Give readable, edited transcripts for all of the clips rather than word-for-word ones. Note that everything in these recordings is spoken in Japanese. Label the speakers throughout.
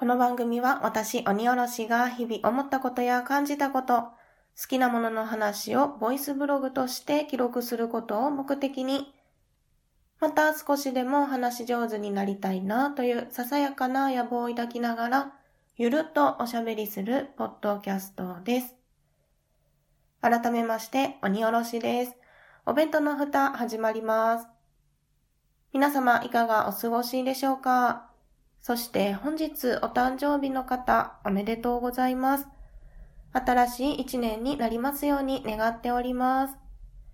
Speaker 1: この番組は私、鬼おろしが日々思ったことや感じたこと、好きなものの話をボイスブログとして記録することを目的に、また少しでも話し上手になりたいなというささやかな野望を抱きながら、ゆるっとおしゃべりするポッドキャストです。改めまして、鬼おろしです。お弁当の蓋始まります。皆様いかがお過ごしでしょうか？そして本日お誕生日の方おめでとうございます。新しい一年になりますように願っております。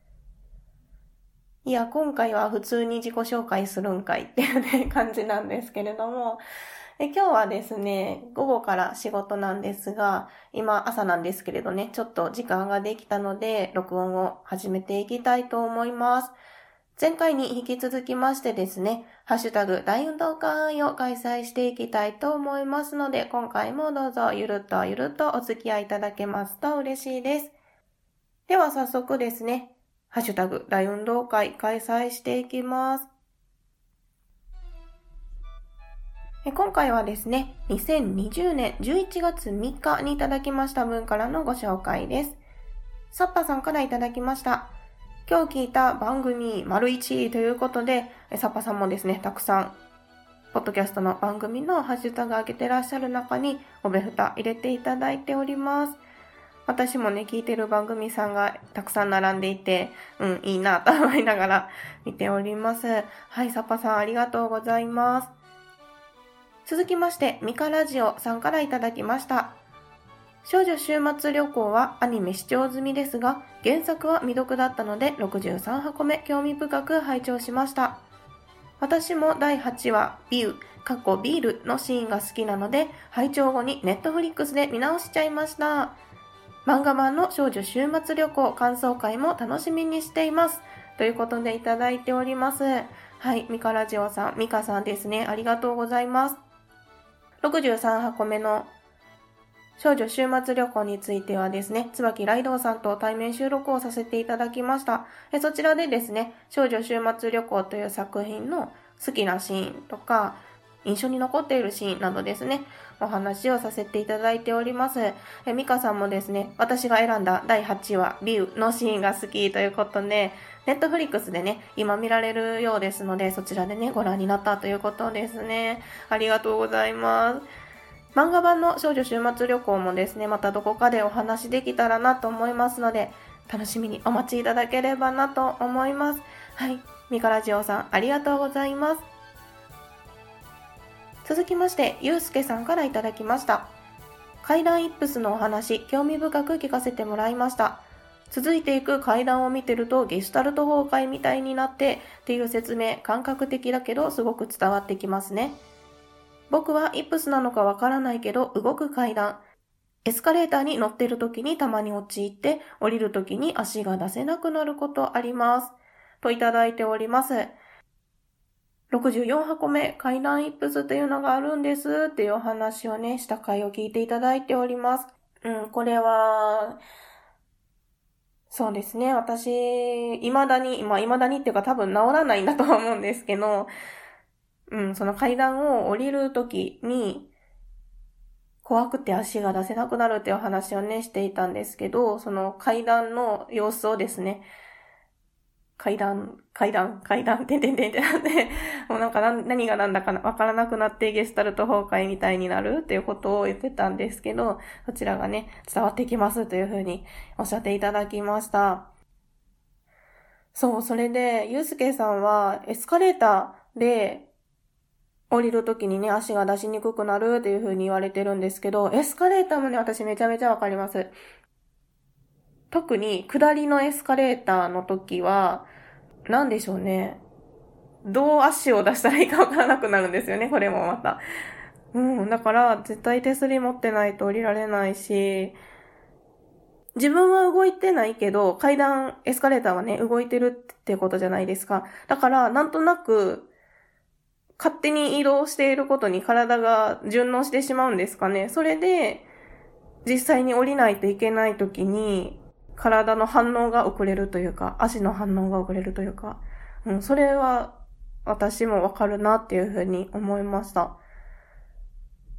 Speaker 1: いや、今回は普通に自己紹介するんかいっていうね、感じなんですけれども、今日はですね、午後から仕事なんですが、今朝なんですけれどね、ちょっと時間ができたので、録音を始めていきたいと思います。前回に引き続きましてですね、ハッシュタグ大運動会を開催していきたいと思いますので、今回もどうぞゆるっとお付き合いいただけますと嬉しいです。では早速ですね、ハッシュタグ大運動会開催していきます。今回はですね、2020年11月3日にいただきました分からのご紹介です。サッパさんからいただきました。今日聞いた番組1ということで、サッパさんもですね、たくさん、ポッドキャストの番組のハッシュタグ上げてらっしゃる中に、おべふた入れていただいております。私もね、聞いてる番組さんがたくさん並んでいて、いいなと思いながら見ております。はい、サッパさんありがとうございます。続きまして、ミカラジオさんからいただきました。少女週末旅行はアニメ視聴済みですが、原作は未読だったので63箱目興味深く拝聴しました。私も第8話ビールのシーンが好きなので、拝聴後にネットフリックスで見直しちゃいました。漫画版の少女週末旅行感想会も楽しみにしています。ということでいただいております。はい、ミカラジオさん、ミカさんですね。ありがとうございます。63箱目の少女週末旅行についてはですね、椿ライドウさんと対面収録をさせていただきました。そちらでですね、少女週末旅行という作品の好きなシーンとか、印象に残っているシーンなどですね、お話をさせていただいております。ミカさんもですね、私が選んだ第8話、ビューのシーンが好きということで、ネットフリックスでね、今見られるようですので、そちらでね、ご覧になったということですね。ありがとうございます。漫画版の少女週末旅行もですね、またどこかでお話できたらなと思いますので、楽しみにお待ちいただければなと思います。はい、ミカラジオさんありがとうございます。続きまして、ゆうすけさんからいただきました。階段イップスのお話、興味深く聞かせてもらいました。続いていく階段を見てるとゲシュタルト崩壊みたいになってっていう説明、感覚的だけどすごく伝わってきますね。僕はイップスなのかわからないけど動く階段。エスカレーターに乗ってる時にたまに陥って降りる時に足が出せなくなることあります。といただいております。64箱目階段イップスというのがあるんですっていうお話をね、した回を聞いていただいております。これは、そうですね。私、未だにっていうか多分治らないんだとは思うんですけど、その階段を降りるときに、怖くて足が出せなくなるっていう話をね、していたんですけど、その階段の様子をですね、階段、てんてんてんってなって、もうなんか何が何だかわからなくなってゲスタルト崩壊みたいになるっていうことを言ってたんですけど、そちらがね、伝わってきますというふうにおっしゃっていただきました。そう、それで、ゆうすけさんはエスカレーターで、降りるときにね、足が出しにくくなるっていう風に言われてるんですけど、エスカレーターもね、私めちゃめちゃわかります。特に、下りのエスカレーターの時は、なんでしょうね。どう足を出したらいいかわからなくなるんですよね、これもまた。だから、絶対手すり持ってないと降りられないし、自分は動いてないけど、階段、エスカレーターはね、動いてるってことじゃないですか。だから、なんとなく、勝手に移動していることに体が順応してしまうんですかね。それで、実際に降りないといけないときに、体の反応が遅れるというか、足の反応が遅れるというか、それは私もわかるなっていうふうに思いました。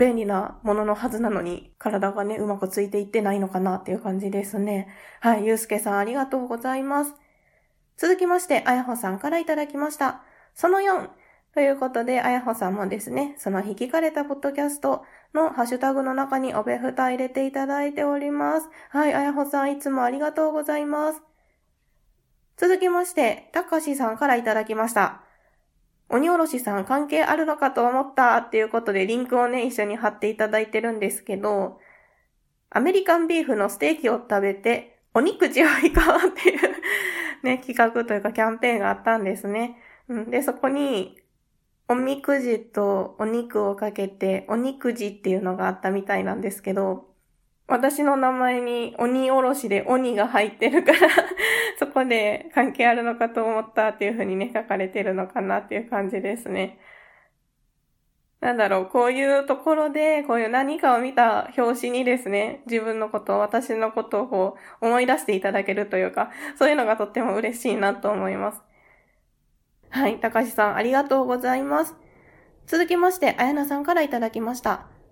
Speaker 1: 便利なもののはずなのに、体がね、うまくついていってないのかなっていう感じですね。はい、ゆうすけさんありがとうございます。続きまして、あやほさんからいただきました。その4。ということで、あやほさんもですね、その日聞かれたポッドキャストのハッシュタグの中におべふた入れていただいております。はい、あやほさんいつもありがとうございます。続きまして、たかしさんからいただきました。鬼おろしさん関係あるのかと思ったっていうことでリンクをね、一緒に貼っていただいてるんですけど、アメリカンビーフのステーキを食べて、お肉じゃいかっていうね、企画というかキャンペーンがあったんですね。で、そこに、おみくじとお肉をかけて、お肉じっていうのがあったみたいなんですけど、私の名前に鬼おろしで鬼が入ってるからそこで関係あるのかと思ったっていう風にね、書かれてるのかなっていう感じですね。なんだろう、こういうところで、こういう何かを見た表紙にですね、自分のこと、私のことを思い出していただけるというか、そういうのがとっても嬉しいなと思います。はい、高橋さんありがとうございます。続きまして、あやなさんからいただきました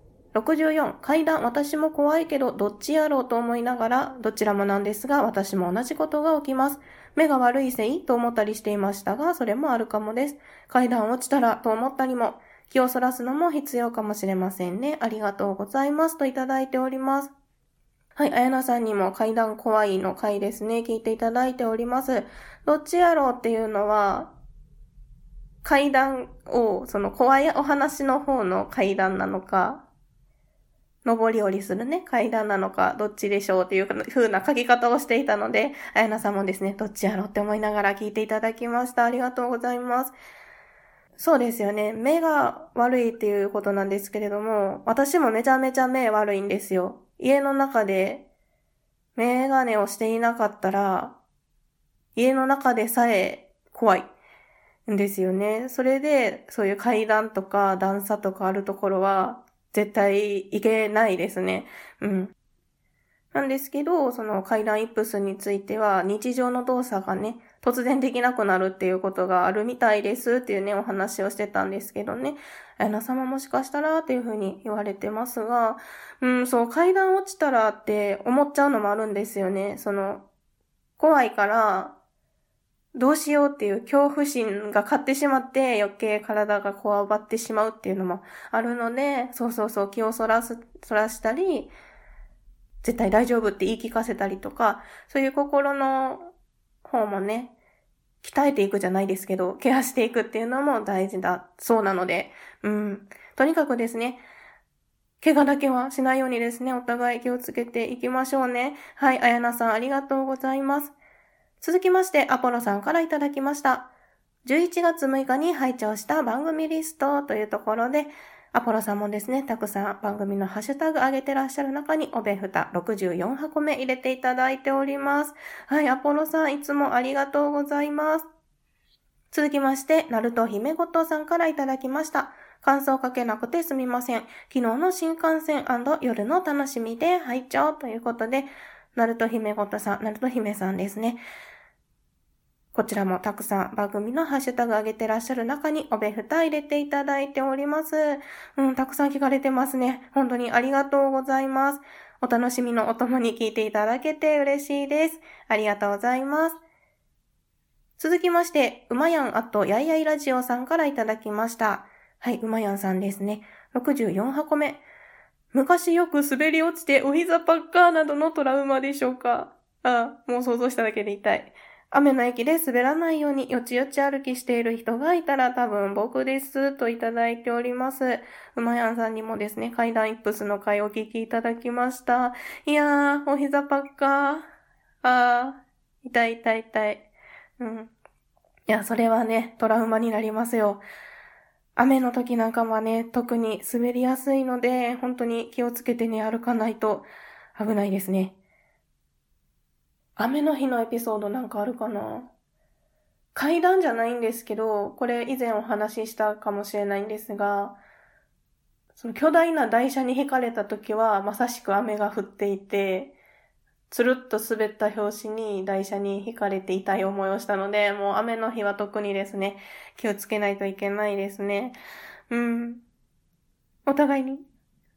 Speaker 1: 。64、階段、私も怖いけど、どっちやろうと思いながら、どちらもなんですが、私も同じことが起きます。目が悪いせいと思ったりしていましたが、それもあるかもです。階段落ちたらと思ったりも、気をそらすのも必要かもしれませんね。ありがとうございます。といただいております。はい、あやなさんにも階段怖いの回ですね、聞いていただいております。どっちやろうっていうのは、階段を、その怖いお話の方の階段なのか、上り下りするね、階段なのか、どっちでしょうっていう風な書き方をしていたので、あやなさんもですね、どっちやろうって思いながら聞いていただきました。ありがとうございます。そうですよね。目が悪いっていうことなんですけれども、私もめちゃめちゃ目悪いんですよ。家の中でメガネをしていなかったら、家の中でさえ怖いんですよね。それで、そういう階段とか段差とかあるところは、絶対行けないですね。なんですけど、その階段イップスについては、日常の動作がね、突然できなくなるっていうことがあるみたいですっていうね、お話をしてたんですけどね。あやなさんももしかしたらっていうふうに言われてますが、そう、階段落ちたらって思っちゃうのもあるんですよね。怖いから、どうしようっていう恐怖心が勝ってしまって余計体がこわばってしまうっていうのもあるので、そう気をそらしたり、絶対大丈夫って言い聞かせたりとか、そういう心の方もね、鍛えていくじゃないですけど、ケアしていくっていうのも大事だそうなので、とにかくですね、怪我だけはしないようにですね、お互い気をつけていきましょうね。はい、あやなさんありがとうございます。続きまして、アポロさんからいただきました。11月6日に拝聴した番組リストというところで、アポロさんもですね、たくさん番組のハッシュタグ上げてらっしゃる中に、おべふた64箱目入れていただいております。はい、アポロさんいつもありがとうございます。続きまして、ナルト姫ごとさんからいただきました。感想かけなくてすみません。昨日の新幹線&夜の楽しみで拝聴ということで、ナルト姫ごとさん、ナルト姫さんですね。こちらもたくさん番組のハッシュタグ上げてらっしゃる中におべふた入れていただいております。たくさん聞かれてますね。本当にありがとうございます。お楽しみのお供に聞いていただけて嬉しいです。ありがとうございます。続きまして、うまやんやいやいラジオさんからいただきました。はい、うまやんさんですね。64箱目。昔よく滑り落ちてお膝パッカーなどのトラウマでしょうか。もう想像しただけで痛い。雨の駅で滑らないようによちよち歩きしている人がいたら多分僕ですといただいております。うまやんさんにもですね、階段イップスの回をお聞きいただきました。いやー、お膝パッカー。痛い。いや、それはね、トラウマになりますよ。雨の時なんかはね、特に滑りやすいので、本当に気をつけてね、歩かないと危ないですね。雨の日のエピソードなんかあるかな？階段じゃないんですけど、これ以前お話ししたかもしれないんですが、その巨大な台車に引かれた時は、まさしく雨が降っていて、つるっと滑った拍子に台車に引かれて痛い思いをしたので、もう雨の日は特にですね、気をつけないといけないですね。お互いに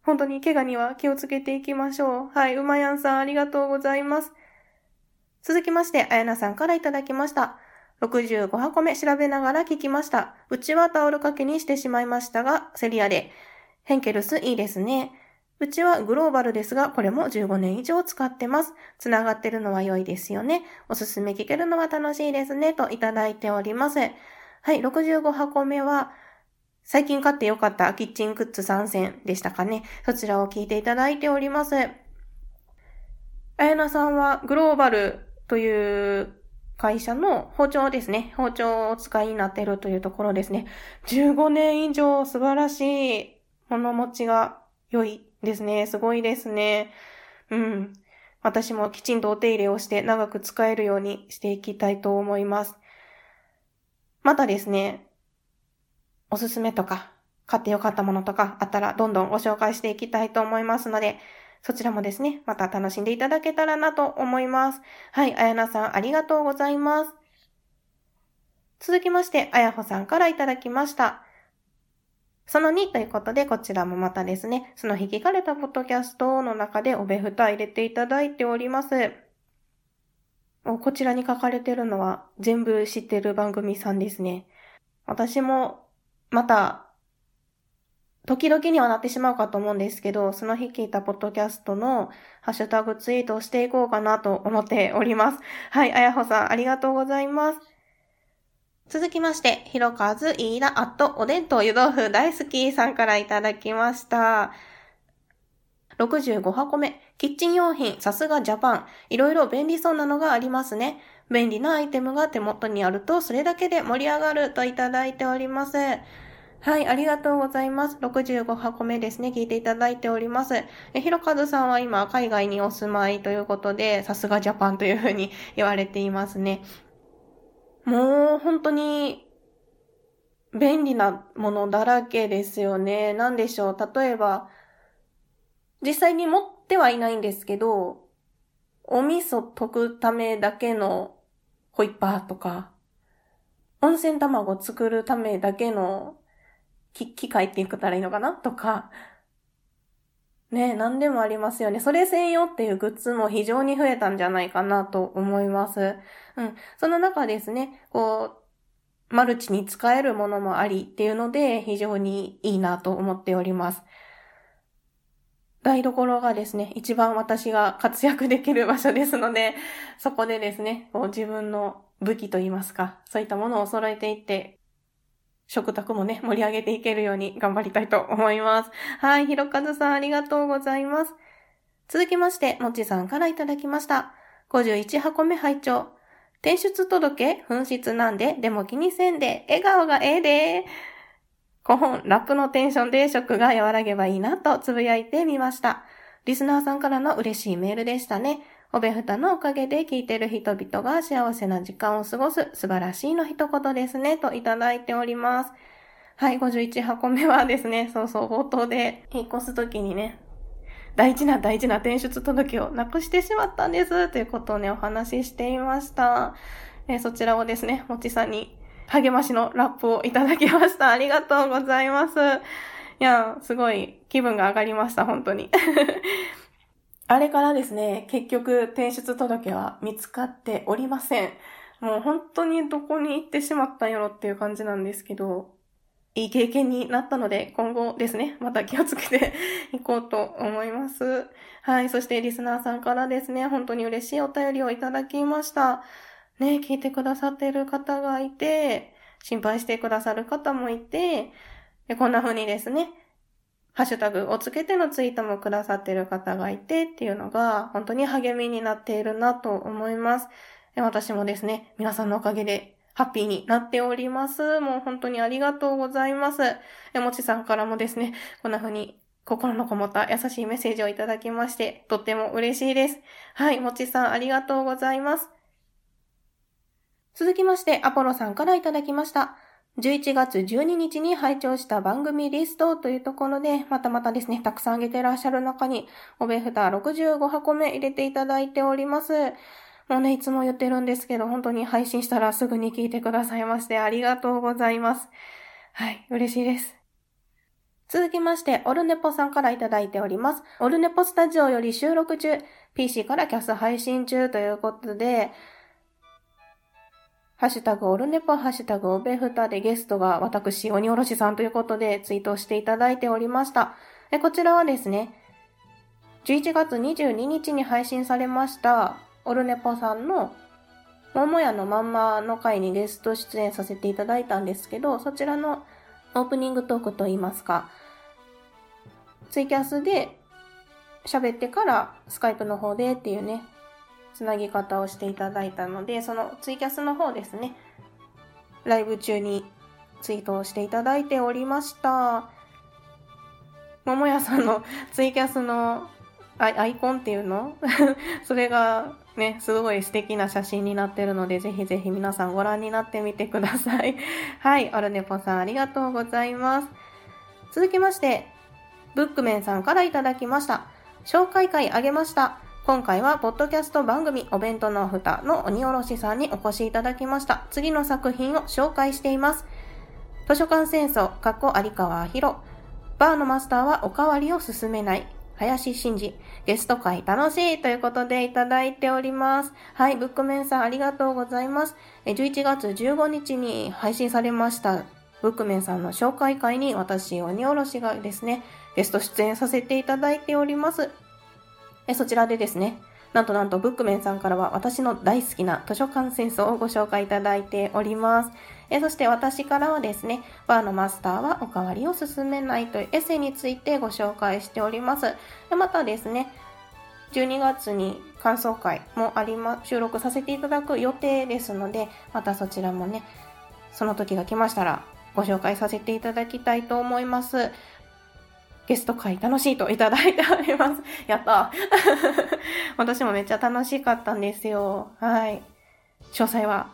Speaker 1: 本当に怪我には気をつけていきましょう。はい、うまやんさんありがとうございます。続きまして、あやなさんからいただきました。65箱目調べながら聞きました。うちはタオル掛けにしてしまいましたが、セリアで。ヘンケルスいいですね。うちはグローバルですが、これも15年以上使ってます。つながってるのは良いですよね。おすすめ聞けるのは楽しいですね。といただいております。はい、65箱目は、最近買ってよかったキッチングッズ参戦でしたかね。そちらを聞いていただいております。あやなさんはグローバルという会社の包丁ですね。包丁をお使いになっているというところですね。15年以上素晴らしい物持ちが良いですね。すごいですね。私もきちんとお手入れをして長く使えるようにしていきたいと思います。またですね、おすすめとか、買ってよかったものとかあったらどんどんご紹介していきたいと思いますので、そちらもですね、また楽しんでいただけたらなと思います。はい、あやなさんありがとうございます。続きまして、あやほさんからいただきました。その2ということで、こちらもまたですね、その日聞かれたポッドキャストの中でおべふた入れていただいております。こちらに書かれているのは全部知ってる番組さんですね。私もまた時々にはなってしまうかと思うんですけど、その日聞いたポッドキャストのハッシュタグツイートをしていこうかなと思っております。はい、あやほさんありがとうございます。続きまして、ひろかずいいらおでんと湯豆腐大好きさんからいただきました。65箱目、キッチン用品、さすがジャパン。いろいろ便利そうなのがありますね。便利なアイテムが手元にあると、それだけで盛り上がるといただいております。はい、ありがとうございます。65箱目ですね、聞いていただいております。ひろかずさんは今、海外にお住まいということで、さすがジャパンというふうに言われていますね。もう、本当に、便利なものだらけですよね。なんでしょう。例えば、実際に持ってはいないんですけど、お味噌溶くためだけのホイッパーとか、温泉卵作るためだけの機械って言ったらいいのかなとか、ね、何でもありますよね。それ専用っていうグッズも非常に増えたんじゃないかなと思います。その中ですね、マルチに使えるものもありっていうので、非常にいいなと思っております。台所がですね、一番私が活躍できる場所ですので、そこでですね、自分の武器といいますか、そういったものを揃えていって、食卓もね、盛り上げていけるように頑張りたいと思います。はい、ひろかずさんありがとうございます。続きまして、もちさんからいただきました。51箱目拝聴。転出届紛失なんで、でも気にせんで、笑顔がええで。5本、ラップのテンションでショックが和らげばいいなとつぶやいてみました。リスナーさんからの嬉しいメールでしたね。おべふたのおかげで聞いてる人々が幸せな時間を過ごす素晴らしいの一言ですね、といただいております。はい、51箱目はですね、冒頭で引っ越すときにね、大事な転出届をなくしてしまったんです、ということをね、お話ししていました。そちらをですね、もちさんに励ましのラップをいただきました。ありがとうございます。いや、すごい気分が上がりました、本当に。あれからですね、結局転出届は見つかっておりません。もう本当にどこに行ってしまったんやろっていう感じなんですけど、いい経験になったので、今後ですね、また気をつけていこうと思います。はい。そしてリスナーさんからですね、本当に嬉しいお便りをいただきました。ね、聞いてくださっている方がいて、心配してくださる方もいて、こんな風にですね、ハッシュタグをつけてのツイートもくださっている方がいてっていうのが本当に励みになっているなと思います。私もですね、皆さんのおかげでハッピーになっております。もう本当にありがとうございます。もちさんからもですね、こんな風に心のこもった優しいメッセージをいただきまして、とっても嬉しいです。はい、もちさんありがとうございます。続きまして、アポロさんからいただきました。11月12日に拝聴した番組リストというところで、またですね、たくさんあげてらっしゃる中に、おべふた65箱目入れていただいております。もうね、いつも言ってるんですけど、本当に配信したらすぐに聞いてくださいまして、ありがとうございます。はい、嬉しいです。 続きまして、オルネポさんからいただいております。オルネポスタジオより収録中、PC からキャス配信中ということで、ハッシュタグオルネポ、ハッシュタグオベフタでゲストが私、鬼おろしさんということでツイートしていただいておりました。こちらはですね、11月22日に配信されましたオルネポさんの桃屋のまんまの回にゲスト出演させていただいたんですけど、そちらのオープニングトークといいますか、ツイキャスで喋ってからスカイプの方でっていうね、つなぎ方をしていただいたので、そのツイキャスの方ですね、ライブ中にツイートをしていただいておりました。桃屋さんのツイキャスのアイコンっていうのそれがね、すごい素敵な写真になってるので、ぜひぜひ皆さんご覧になってみてください。はい、オルネポさんありがとうございます。続きまして、ブックメンさんからいただきました。紹介会あげました。今回はポッドキャスト番組お弁当の蓋の鬼おろしさんにお越しいただきました。次の作品を紹介しています。図書館戦争有川博、バーのマスターはおかわりを進めない、林真二、ゲスト会楽しいということでいただいております。はい、ブックメンさんありがとうございます。11月15日に配信されましたブックメンさんの紹介会に私、鬼おろしがですね、ゲスト出演させていただいております。そちらでですね、なんとブックメンさんからは私の大好きな図書館戦争をご紹介いただいております。そして私からはですね、バーのマスターはおかわりを進めないというエッセイについてご紹介しております。またですね、12月に感想会も収録させていただく予定ですので、またそちらもね、その時が来ましたらご紹介させていただきたいと思います。ゲスト会楽しいといただいております。やった私もめっちゃ楽しかったんですよ。はい。詳細は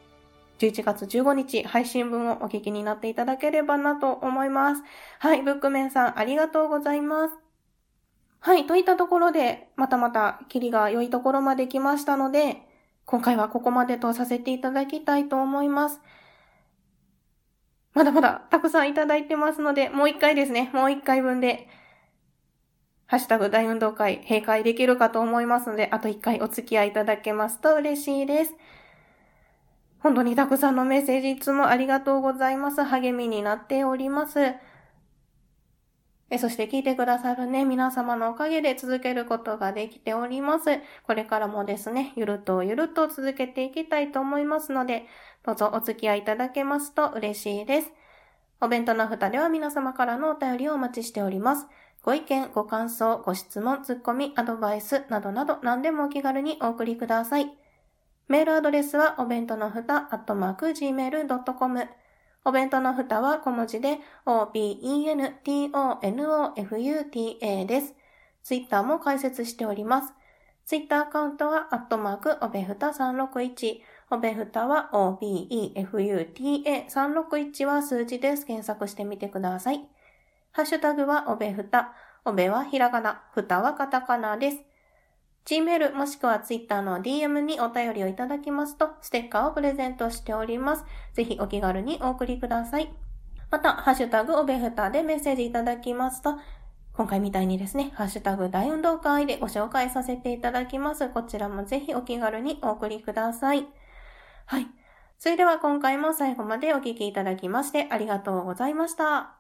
Speaker 1: 11月15日配信分をお聞きになっていただければなと思います。はい、ブックメンさんありがとうございます。はい、といったところで、またキリが良いところまで来ましたので、今回はここまでとさせていただきたいと思います。まだまだたくさんいただいてますので、もう一回ですね、もう一回分で、ハッシュタグ大運動会閉会できるかと思いますので、あと一回お付き合いいただけますと嬉しいです。本当にたくさんのメッセージいつもありがとうございます。励みになっております。そして聞いてくださるね、皆様のおかげで続けることができております。これからもですね、ゆるっと続けていきたいと思いますので、どうぞお付き合いいただけますと嬉しいです。お弁当の蓋では皆様からのお便りをお待ちしております。ご意見、ご感想、ご質問、ツッコミ、アドバイスなどなど何でもお気軽にお送りください。メールアドレスはお弁当のふた@gmail.com。お弁当のふたは小文字で OBENTONOFUTA です。ツイッターも開設しております。ツイッターアカウントはおべふた361。おべふたは OBEFUTA361 は数字です。検索してみてください。ハッシュタグはおべふた。おべはひらがな、ふたはカタカナです。Gmail もしくは Twitter の DM にお便りをいただきますと、ステッカーをプレゼントしております。ぜひお気軽にお送りください。また、ハッシュタグおべふたでメッセージいただきますと、今回みたいにですね、ハッシュタグ大運動会でご紹介させていただきます。こちらもぜひお気軽にお送りください。はい。それでは今回も最後までお聞きいただきましてありがとうございました。